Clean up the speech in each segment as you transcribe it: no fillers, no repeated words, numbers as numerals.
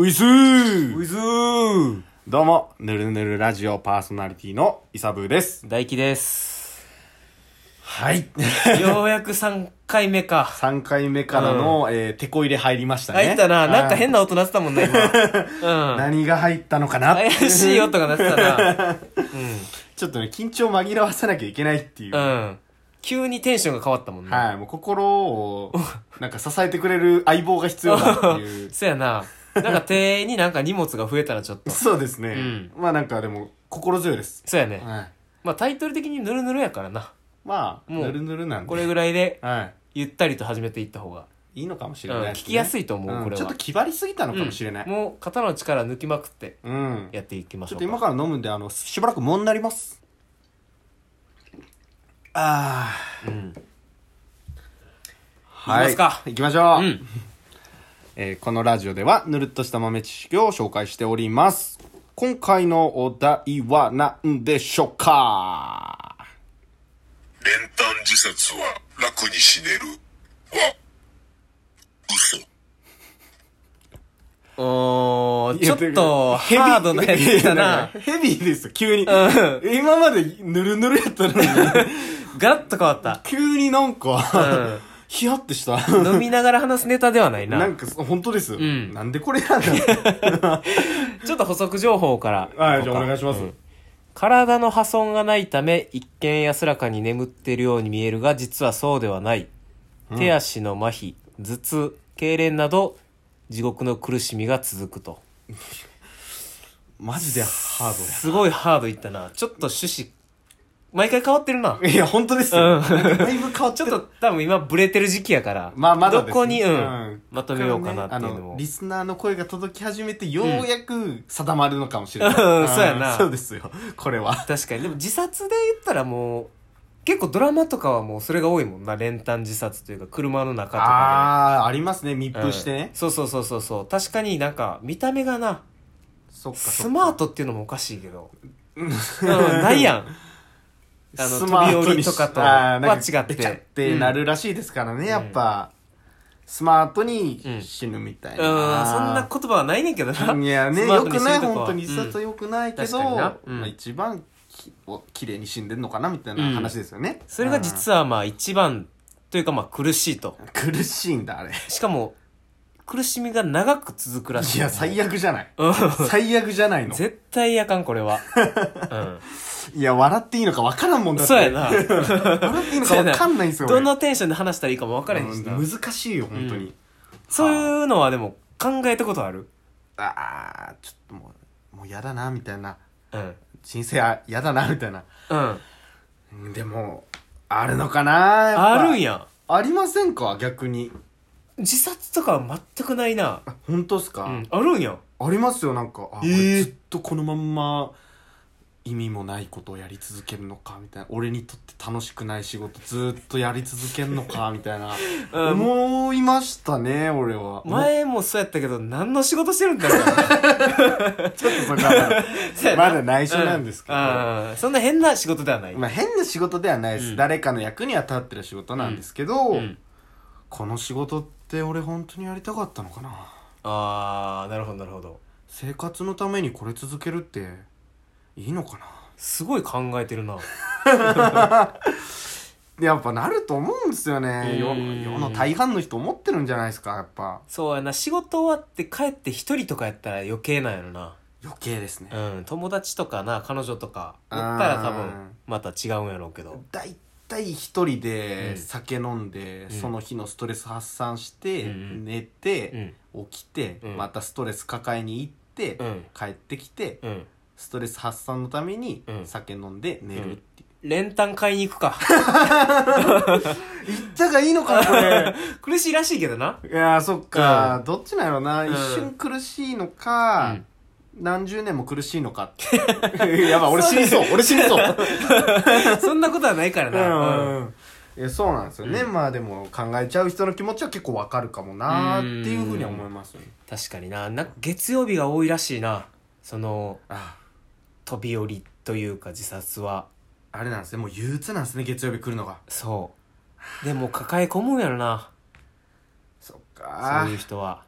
ういすーどうも、ぬるぬるラジオパーソナリティのイサブーです。 大輝です。 はい。 ようやく3回目か。 3回目からの、テこ入れ入りましたね。 入ったな。なんか変な音鳴ってたもんね、今。 何が入ったのかな。 怪しい音が鳴ってたな。 ちょっとね、緊張紛らわさなきゃいけないっていう。 急にテンションが変わったもんね。 はい。もう心を、なんか支えてくれる相棒が必要だっていう。 そうやな。なんか手になんか荷物が増えたらちょっと。 そうですね。まあなんかでも、心強いです。 そうやね。 はい。 まあタイトル的にヌルヌルやからな。 まあ、 もうぬるぬるなんで。 これぐらいで、 はい。 ゆったりと始めていった方が。 いいのかもしれないですね。 聞きやすいと思う、これは。 ちょっと気張りすぎたのかもしれない。 もう肩の力抜きまくって、やっていきましょうか。 ちょっと今から飲むんで、しばらくもんなります。はい。 行きますか。 行きましょう。このラジオでは、ぬるっとした豆知識を紹介しております。今回のお題は何でしょうか？ 練炭自殺は楽に死ねるは嘘。 ちょっとハードなやつだな。 ヘビーですよ、急に。今までぬるぬるやったのに。 ガラッと変わった。 急になんか、ヒヤってした。 飲みながら話すネタではないな。 なんか、本当です。なんでこれなんだちょっと補足情報から。 はい、じゃあお願いします。 体の破損がないため、一見安らかに眠っているように見えるが、実はそうではない。手足の麻痺、頭痛、痙攣など、地獄の苦しみが続くと。 マジでハードや。 すごいハードいったな。ちょっと趣旨、毎回変わってるな。 いや、本当ですよ。だいぶ変わってる。 ちょっと多分今ブレてる時期やから。 まあ、まだですね。 どこに、まとめようかなっていうのも。 リスナーの声が届き始めて、ようやく定まるのかもしれない。 そうやな。 そうですよ。これは。 確かに。でも自殺で言ったらもう、結構ドラマとかはもうそれが多いもんな。練炭自殺というか、車の中とかで。 ありますね。密封してね。 そう。確かになんか、見た目がな、スマートっていうのもおかしいけど。ないやん。飛び降りとかとは違って。 ってなるらしいですからね、やっぱ。スマートに死ぬみたいな。 そんな言葉はないねんけどな。 いやね、よくない、本当に自殺はよくないけど、一番綺麗に死んでんのかなみたいな話ですよね。 それが実はまあ一番というかまあ苦しいと。 苦しいんだ、あれ。 しかも、苦しみが長く続くらしい。 いや、最悪じゃない。最悪じゃないの。 絶対あかん、これは。 いや、笑っていいのか分からんもんだって。 そうやな。 笑っていいのか分かんないんですよ。 どのテンションで話したらいいかも分からへんしな。 難しいよ、本当に。 そういうのはでも考えたことある？ ちょっともう嫌だな、みたいな。人生は嫌だな、みたいな。でも、あるのかな？ あるんや。 ありませんか、逆に。 自殺とかは全くないな。 本当っすか？ あるんや。 ありますよ、なんか。ずっとこのまんま意味もないことをやり続けるのかみたいな。俺にとって楽しくない仕事ずっとやり続けるのかみたいな。思いましたね、俺は。 前もそうやったけど、何の仕事してるんだろう。 ちょっとそこはまだ内緒なんですけど。 そんな変な仕事ではない。 まあ変な仕事ではないです。誰かの役には立ってる仕事なんですけど、この仕事って俺本当にやりたかったのかな。 なるほどなるほど。 生活のためにこれ続けるっていいのかな。 すごい考えてるな。 やっぱなると思うんですよね。世の大半の人思ってるんじゃないですか、やっぱ。 そうやな。仕事終わって帰って一人とかやったら余計なんやろな。 余計ですね。 友達とかな、彼女とかやったら多分また違うんやろうけど。 だいたい一人で酒飲んで、その日のストレス発散して、寝て、起きて、またストレス抱えに行って、帰ってきて、ストレス発散のために酒飲んで寝るっていう。 練炭買いに行くか。 行ったがいいのかな、これ。 苦しいらしいけどな。 いやー、そっか。どっちなんやろな。一瞬苦しいのか、何十年も苦しいのか。やばい、俺死にそう。俺死にそう。 そんなことはないからな。 いや、そうなんですよね。まあでも考えちゃう人の気持ちは結構わかるかもなーっていうふうには思いますよね。 確かにな。なんか月曜日が多いらしいな。飛び降りというか自殺は。 あれなんですね。もう憂鬱なんですね、月曜日来るのが。 そう。でも抱え込むんやろな。 そっか。 そういう人は。 き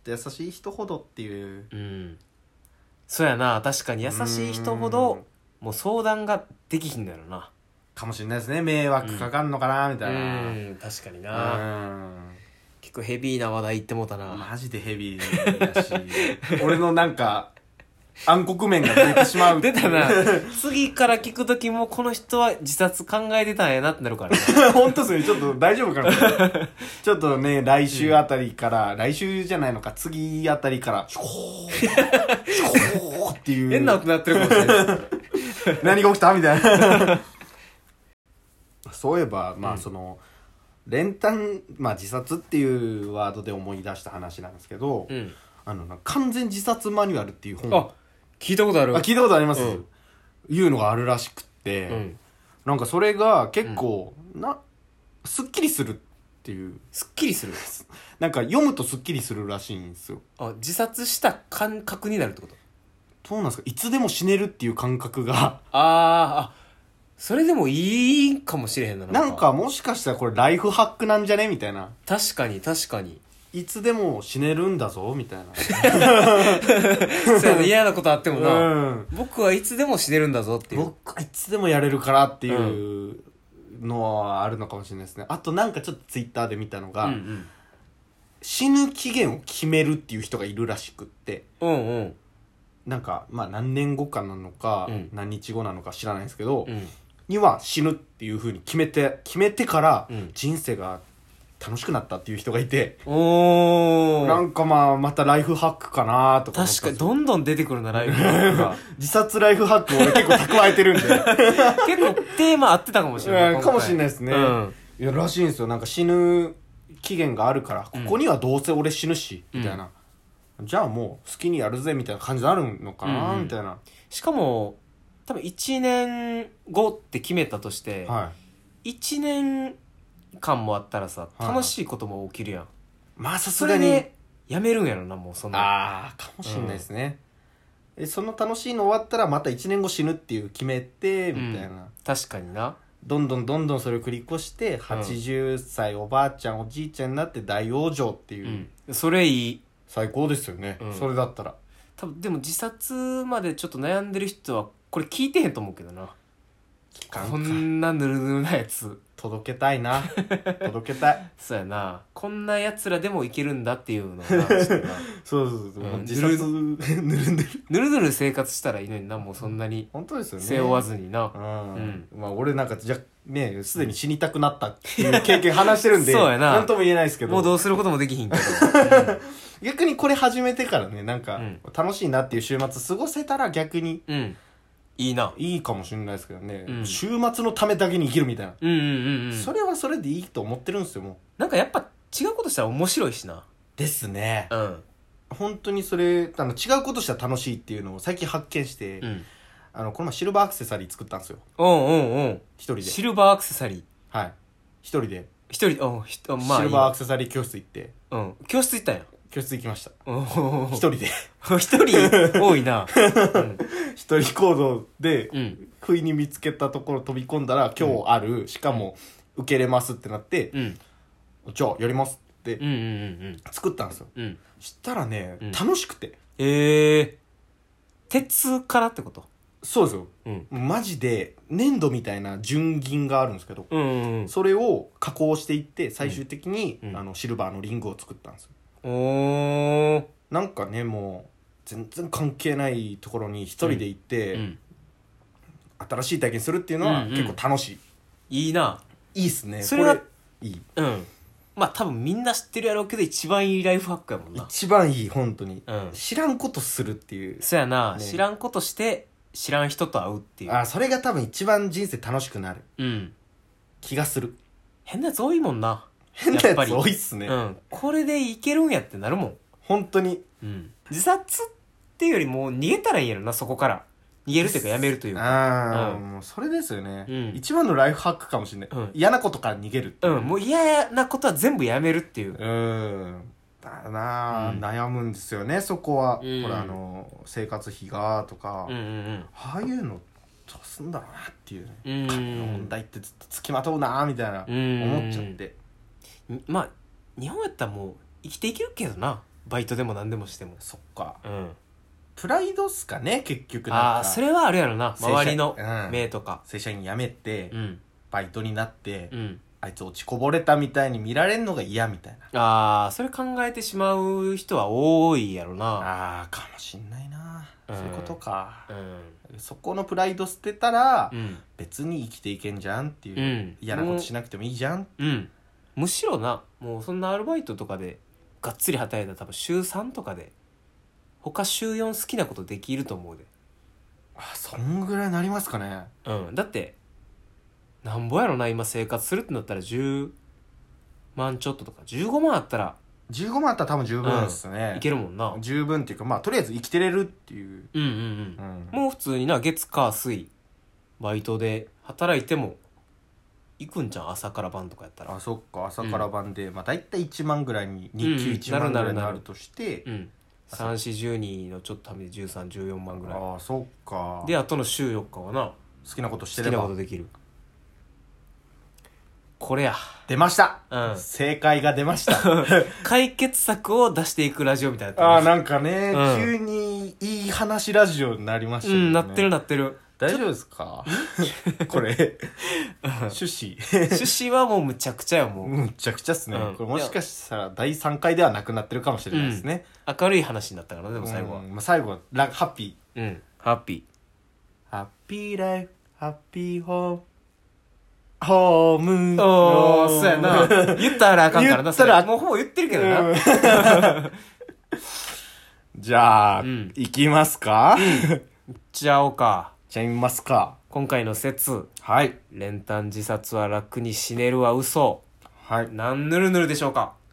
と優しい人ほどっていう。 そうやな、確かに優しい人ほどもう相談ができひんのやろな。 かもしれないですね。迷惑かかんのかなみたいな。 確かにな。結構ヘビーな話題言ってもうたな。 マジでヘビーだし俺のなんか暗黒面が出てしまう。 出たな。次から聞くときもこの人は自殺考えてたんやなってなるからな。 本当っすね。ちょっと大丈夫かなちょっとね、来週あたりから、来週じゃないのか、次あたりからシュコーシュコーっていう変な音なってるかもしれない何が起きたみたいなそういえばまあその、練炭、まあ自殺っていうワードで思い出した話なんですけど、完全自殺マニュアルっていう本。 聞いたことある。 聞いたことあります、いうのがあるらしくって、なんかそれが結構、すっきりするっていう。 すっきりするなんか読むとすっきりするらしいんですよ。 自殺した感覚になるってこと？ どうなんですか？いつでも死ねるっていう感覚がそれでもいいかもしれへんな。 なんかもしかしたらこれライフハックなんじゃねみたいな。 確かに確かに。 いつでも死ねるんだぞみたいな。 そうやね、嫌なことあってもな、僕はいつでも死ねるんだぞっていう。 僕はいつでもやれるからっていうのはあるのかもしれないですね。あとなんかちょっとツイッターで見たのが、死ぬ期限を決めるっていう人がいるらしくって、なんかまあ何年後かなのか、何日後なのか知らないんですけど、には死ぬっていう風に決めてから、人生が楽しくなったっていう人がいて、なんかまたライフハックかなとか思った。 確かにどんどん出てくるな、ライフハックが。 自殺ライフハックを俺結構蓄えてるんで結構テーマ合ってたかもしれない。 かもしれないですね、いやらしいんですよ。なんか死ぬ期限があるから、ここにはどうせ俺死ぬし、みたいな、じゃあもう好きにやるぜみたいな感じになるのかな、みたいな。 しかも多分1年後って決めたとして、1年間もあったらさ、楽しいことも起きるやん。 まあさすがにそれでやめるんやろな、もうその。 かもしれないですね、その楽しいの終わったらまた1年後死ぬっていう決めてみたいな、 確かにな。 どんどんそれを繰り越して80歳おばあちゃんおじいちゃんになって大往生っていう、 それいい。 最高ですよね、それだったら。 多分でも自殺までちょっと悩んでる人はこれ聞いてへんと思うけどな。こんなぬるぬるなやつ届けたいな届けたいそうやな、こんなやつらでもいけるんだっていうのがそう、自殺ぬるぬる生活したらいいのにな、もうそんなに本当ですよね、 背負わずにな。 まあ俺なんかねすでに死にたくなったっていう経験話してるんでそうやな、 なんとも言えないですけど、 もうどうすることもできひんけど逆にこれ始めてからね、なんか楽しいなっていう週末過ごせたら逆にいいな、 いいかもしれないですけどね、週末のためだけに生きるみたいな、それはそれでいいと思ってるんですよ。もうなんかやっぱ違うことしたら面白いしな。 ですね、本当にそれ違うことしたら楽しいっていうのを最近発見して、この前シルバーアクセサリー作ったんですよ。一人で。 シルバーアクセサリー、 はい、一人でシルバーアクセサリー教室行って、 教室行ったんや。 教室行きました。一人で一人多いな、 一人行動で、不意に見つけたところ飛び込んだら、今日ある、しかも受けれますってなって、じゃあやりますって作ったんですよ。したらね、楽しくて、 鉄からってこと？ そうですよ、マジで粘土みたいな純銀があるんですけど、それを加工していって最終的に、シルバーのリングを作ったんですよ。なんかね、もう全然関係ないところに一人で行って、新しい体験するっていうのは結構楽しい。 いいな。 いいっすね。 それはいい。 まあ多分みんな知ってるやろうけど一番いいライフハックやもんな。 一番いい、本当に、知らんことするっていう。 そうやな、知らんことして知らん人と会うっていう。 それが多分一番人生楽しくなる気がする。 変なやつ多いもんな。 変なやつ多いっすね。 これでいけるんやってなるもん。 本当に。 自殺っていうよりも逃げたらいいんやろな、そこから。逃げるというかやめるというか。 もうそれですよね、一番のライフハックかもしれない、嫌なことから逃げるっていう。もう嫌なことは全部やめるっていう。 だな、悩むんですよね、そこは。ほら生活費がとか、ああいうのどうすんだろうなっていうね、金の問題ってずっと付きまとうなみたいな思っちゃって。 まあ日本やったらもう生きていけるけどな。 バイトでも何でもしても。 そっか。 うんプライドっすかね、結局なんか。 ああそれはあるやろな、 正社周りのうん目とか。 正社員辞めて、 うんバイトになって、 うんあいつ落ちこぼれたみたいに見られるのが嫌みたいな。 ああそれ考えてしまう人は多いやろな。 ああ、かもしんないな。 うんそういうことか。 うんそこのプライド捨てたら、 うん別に生きていけんじゃんっていう、 うん嫌なことしなくてもいいじゃん。 うんむしろな、もうそんなアルバイトとかでがっつり働いたら多分週3とかで他週4好きなことできると思うで。 あ、そんぐらいなりますかね。 うんだってなんぼやろな、今生活するってなったら10万ちょっととか15万あったら 15万あったら多分十分ですね。 いけるもんな。 十分っていうか、まあとりあえず生きてれるっていう。 うんうんうん、 うんもう普通にな月火水バイトで働いても行くんじゃん、朝から晩とかやったら。 あ、そっか。朝から晩で、まあ大体1万ぐらいに、日給1万ぐらいになるとして、 うん3,4,12のちょっとためで13,14万ぐらいああ、そっか。 で、あとの週4日はな好きなことして好きなればことできる。これや出ました、 うん正解が出ました解決策を出していくラジオみたいなああ、 ななんかね、 うん急にいい話ラジオになりましたけどね。 なってるなってる。 大丈夫ですかこれ趣旨趣旨はもうむちゃくちゃよ、もう。 むちゃくちゃっすね、 うんこれもしかしたら第3回ではなくなってるかもしれないですね、 明るい話になったからね、でも最後は。 まあ、最後はハッピうん。ハッピーハッピーライフハッピーホームホームー。おー、そうやな。言ったらあかんからな、 言ったらそれもうほぼ言ってるけどな。 うんじゃあ、 うんいきますか、 じゃあおうか。 じゃあ見ますか。 今回の説。 はい練炭自殺は楽に死ねるは嘘。 はい何ぬるぬるでしょうか。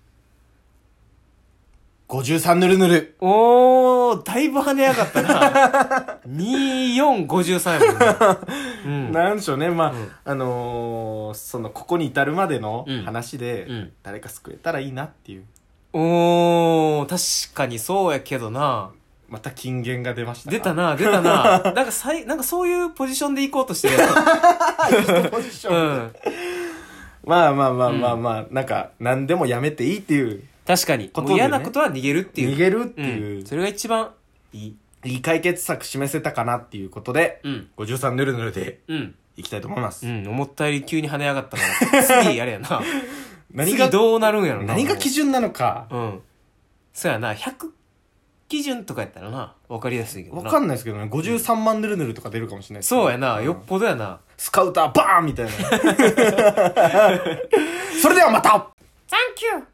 53ぬるぬる。 おー、だいぶ跳ね上がったな。2453やもんな。うん。 なんでしょうね、まあ、 うんここに至るまでのうん話で、 うん誰か救えたらいいなっていう。 おー、確かにそうやけどな。 また金言が出ました出たな、出たな。なんかなんかそういうポジションで行こうとしてるやん。 ポジション。 うん。 まあまあまあまあまあ、なんか、何でもやめていいっていう、 確かに。 ことでねもう嫌なことは逃げるっていう。 逃げるっていう、 んそれが一番いい。 いい解決策示せたかなっていうことで、 うん。 53ぬるぬるでうん。 いきたいと思います。 うん。思ったより急に跳ね上がったから。次、あれやな。 何が次どうなるんやろな。 何が基準なのか、 うん。そうやな、100基準とかやったらな、わかりやすいけどな。 わかんないですけどね、53万ぬるぬるとか出るかもしれないですね、 そうやな、 んよっぽどやな。 スカウターバーンみたいな。それではまたサンキュー